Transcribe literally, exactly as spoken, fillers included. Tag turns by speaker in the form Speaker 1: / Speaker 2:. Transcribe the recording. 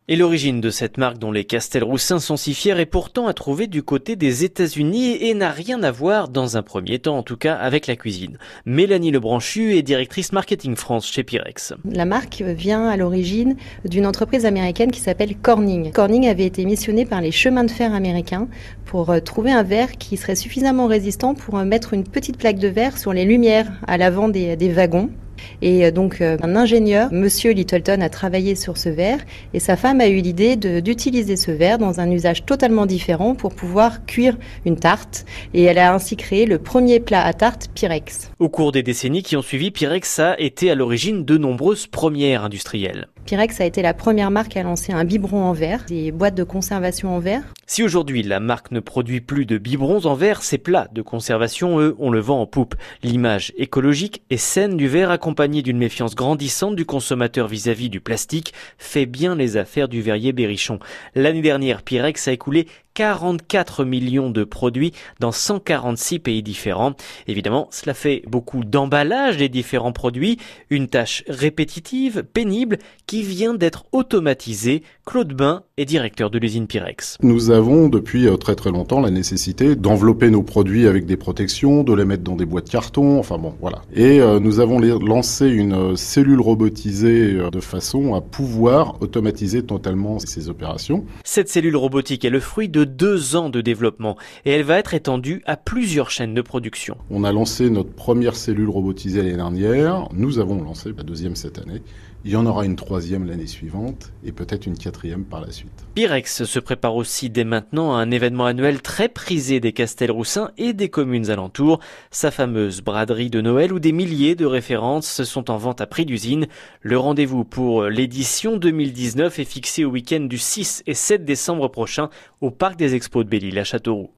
Speaker 1: Et l'origine de cette marque dont les Castelroussins sont si fiers est pourtant à trouver du côté des États-Unis et n'a rien à voir, dans un premier temps en tout cas, avec la cuisine. Mélanie Lebranchu est directrice marketing France chez Pyrex.
Speaker 2: La marque vient à l'origine d'une entreprise américaine qui s'appelle Corning. Corning avait été missionné par les chemins de fer américains pour trouver un verre qui serait suffisamment résistant pour mettre une petite plaque de verre sur les lumières à l'avant des, des wagons. Et donc un ingénieur, Monsieur Littleton, a travaillé sur ce verre et sa femme a eu l'idée de, d'utiliser ce verre dans un usage totalement différent pour pouvoir cuire une tarte. Et elle a ainsi créé le premier plat à tarte Pyrex.
Speaker 1: Au cours des décennies qui ont suivi, Pyrex a été à l'origine de nombreuses premières industrielles.
Speaker 2: Pyrex a été la première marque à lancer un biberon en verre, des boîtes de conservation en verre.
Speaker 1: Si aujourd'hui la marque ne produit plus de biberons en verre, ses plats de conservation, eux, on le vend en poupe. L'image écologique et saine du verre, accompagnée d'une méfiance grandissante du consommateur vis-à-vis du plastique, fait bien les affaires du verrier Berrichon. L'année dernière, Pyrex a écoulé quarante-quatre millions de produits dans cent quarante-six pays différents. Évidemment, cela fait beaucoup d'emballage des différents produits, une tâche répétitive, pénible, qui vient d'être automatisée. Claude Bain est directeur de l'usine Pyrex.
Speaker 3: Nous avons depuis très très longtemps la nécessité d'envelopper nos produits avec des protections, de les mettre dans des boîtes carton, enfin bon, voilà. Et euh, nous avons lancé une cellule robotisée de façon à pouvoir automatiser totalement ces opérations.
Speaker 1: Cette cellule robotique est le fruit de deux ans de développement et elle va être étendue à plusieurs chaînes de production.
Speaker 3: On a lancé notre première cellule robotisée l'année dernière. Nous avons lancé la deuxième cette année. Il y en aura une troisième l'année suivante et peut-être une quatrième par la suite.
Speaker 1: Pyrex se prépare aussi dès maintenant à un événement annuel très prisé des Castelroussins et des communes alentours, sa fameuse braderie de Noël où des milliers de références sont en vente à prix d'usine. Le rendez-vous pour l'édition deux mille dix-neuf est fixé au week-end du six et sept décembre prochain au Parc des Expos de Belle-Île à Châteauroux.